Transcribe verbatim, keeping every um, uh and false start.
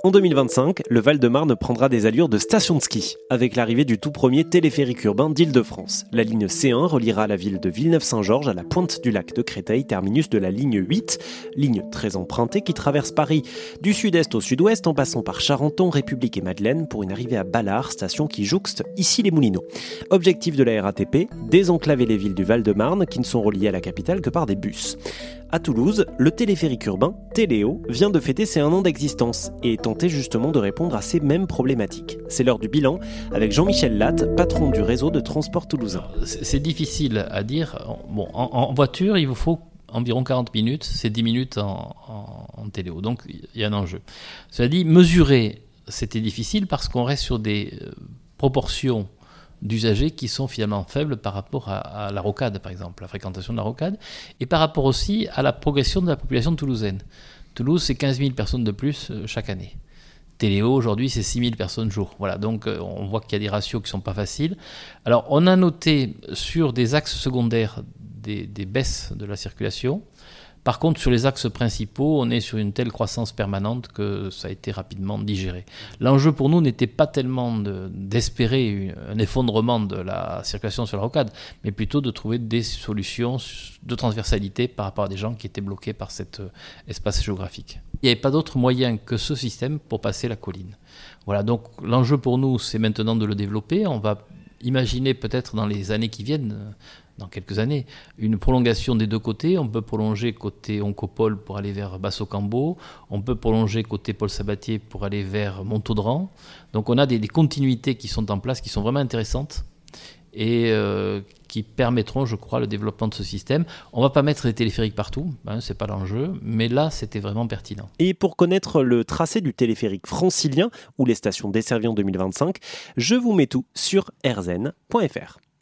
En deux mille vingt-cinq, le Val-de-Marne prendra des allures de station de ski, avec l'arrivée du tout premier téléphérique urbain d'Île-de-France. La ligne C un reliera la ville de Villeneuve-Saint-Georges à la pointe du lac de Créteil, terminus de la ligne huit, ligne très empruntée qui traverse Paris du sud-est au sud-ouest en passant par Charenton, République et Madeleine pour une arrivée à Ballard, station qui jouxte ici les Moulineaux. Objectif de la R A T P, désenclaver les villes du Val-de-Marne qui ne sont reliées à la capitale que par des bus. À Toulouse, le téléphérique urbain, Téléo, vient de fêter ses un an d'existence et tenter justement de répondre à ces mêmes problématiques. C'est l'heure du bilan avec Jean-Michel Latte, patron du réseau de transport toulousain. C'est difficile à dire. Bon, en, en voiture, il vous faut environ quarante minutes, c'est dix minutes en, en, en Téléo, donc il y a un enjeu. Cela dit, mesurer, c'était difficile parce qu'on reste sur des proportions d'usagers qui sont finalement faibles par rapport à, à la rocade, par exemple, la fréquentation de la rocade, et par rapport aussi à la progression de la population toulousaine. Toulouse, c'est quinze mille personnes de plus euh, chaque année. Téléo, aujourd'hui, c'est six mille personnes jour. Voilà, donc euh, on voit qu'il y a des ratios qui ne sont pas faciles. Alors, on a noté sur des axes secondaires des, des baisses de la circulation. Par contre, sur les axes principaux, on est sur une telle croissance permanente que ça a été rapidement digéré. L'enjeu pour nous n'était pas tellement de, d'espérer un effondrement de la circulation sur la rocade, mais plutôt de trouver des solutions de transversalité par rapport à des gens qui étaient bloqués par cet espace géographique. Il n'y avait pas d'autre moyen que ce système pour passer la colline. Voilà, donc l'enjeu pour nous, c'est maintenant de le développer. On va imaginer peut-être dans les années qui viennent, dans quelques années, une prolongation des deux côtés. On peut prolonger côté Oncopole pour aller vers Basso-Cambo. On peut prolonger côté Paul Sabatier pour aller vers Montaudran. Donc on a des, des continuités qui sont en place, qui sont vraiment intéressantes et euh, qui permettront, je crois, le développement de ce système. On ne va pas mettre les téléphériques partout, hein, ce n'est pas l'enjeu, mais là, c'était vraiment pertinent. Et pour connaître le tracé du téléphérique francilien ou les stations desservies en deux mille vingt-cinq, je vous mets tout sur r zen point f r.